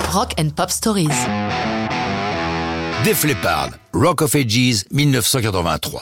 Rock and Pop Stories. Def Leppard, Rock of Ages, 1983.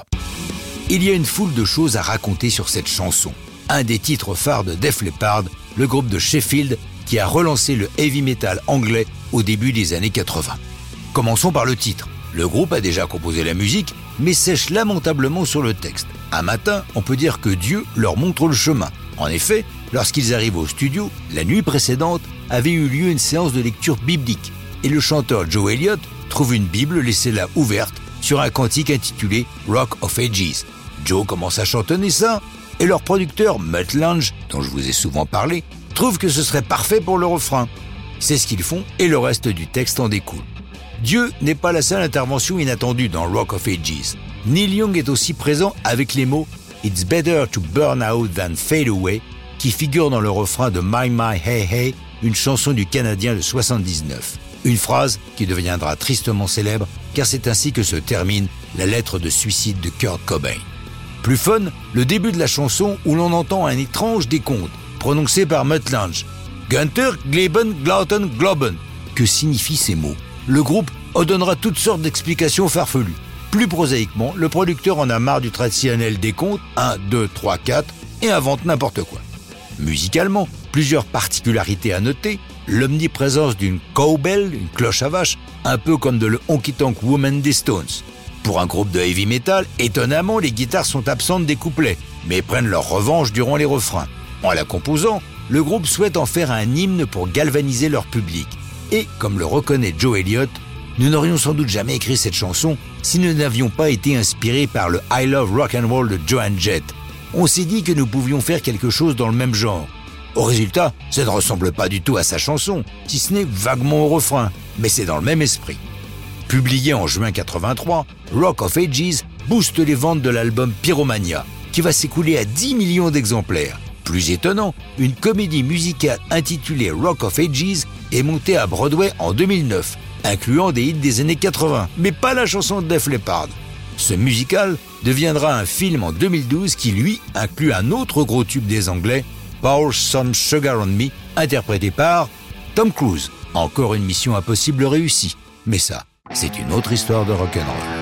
Il y a une foule de choses à raconter sur cette chanson. Un des titres phares de Def Leppard, le groupe de Sheffield qui a relancé le heavy metal anglais au début des années 80. Commençons par le titre. Le groupe a déjà composé la musique, mais sèche lamentablement sur le texte. Un matin, on peut dire que Dieu leur montre le chemin. En effet, lorsqu'ils arrivent au studio, la nuit précédente avait eu lieu une séance de lecture biblique et le chanteur Joe Elliott trouve une Bible laissée là ouverte sur un cantique intitulé Rock of Ages. Joe commence à chantonner ça et leur producteur Mutt Lange, dont je vous ai souvent parlé, trouve que ce serait parfait pour le refrain. C'est ce qu'ils font et le reste du texte en découle. Dieu n'est pas la seule intervention inattendue dans Rock of Ages. Neil Young est aussi présent avec les mots « It's better to burn out than fade away » qui figurent dans le refrain de My My Hey Hey, une chanson du Canadien de 79. Une phrase qui deviendra tristement célèbre car c'est ainsi que se termine la lettre de suicide de Kurt Cobain. Plus fun, le début de la chanson où l'on entend un étrange décompte prononcé par Mutt Lange. « Gunther, Gleben, Glauten, Globen » Que signifient ces mots? Le groupe en donnera toutes sortes d'explications farfelues. Plus prosaïquement, le producteur en a marre du traditionnel décompte 1, 2, 3, 4 et invente n'importe quoi. Musicalement, plusieurs particularités à noter. L'omniprésence d'une cowbell, une cloche à vache, un peu comme de le Honky Tonk Woman des Stones. Pour un groupe de heavy metal, étonnamment, les guitares sont absentes des couplets, mais prennent leur revanche durant les refrains. En la composant, le groupe souhaite en faire un hymne pour galvaniser leur public. Et, comme le reconnaît Joe Elliott, nous n'aurions sans doute jamais écrit cette chanson si nous n'avions pas été inspirés par le I Love Rock and Roll de Joan Jett. On s'est dit que nous pouvions faire quelque chose dans le même genre. Au résultat, ça ne ressemble pas du tout à sa chanson, si ce n'est vaguement au refrain, mais c'est dans le même esprit. Publié en juin 83, Rock of Ages booste les ventes de l'album Pyromania, qui va s'écouler à 10 millions d'exemplaires. Plus étonnant, une comédie musicale intitulée Rock of Ages est montée à Broadway en 2009, incluant des hits des années 80, mais pas la chanson de Def Leppard. Ce musical deviendra un film en 2012 qui, lui, inclut un autre gros tube des Anglais, Pour Some Sugar on Me, interprété par Tom Cruise. Encore une mission impossible réussie. Mais ça, c'est une autre histoire de rock'n'roll.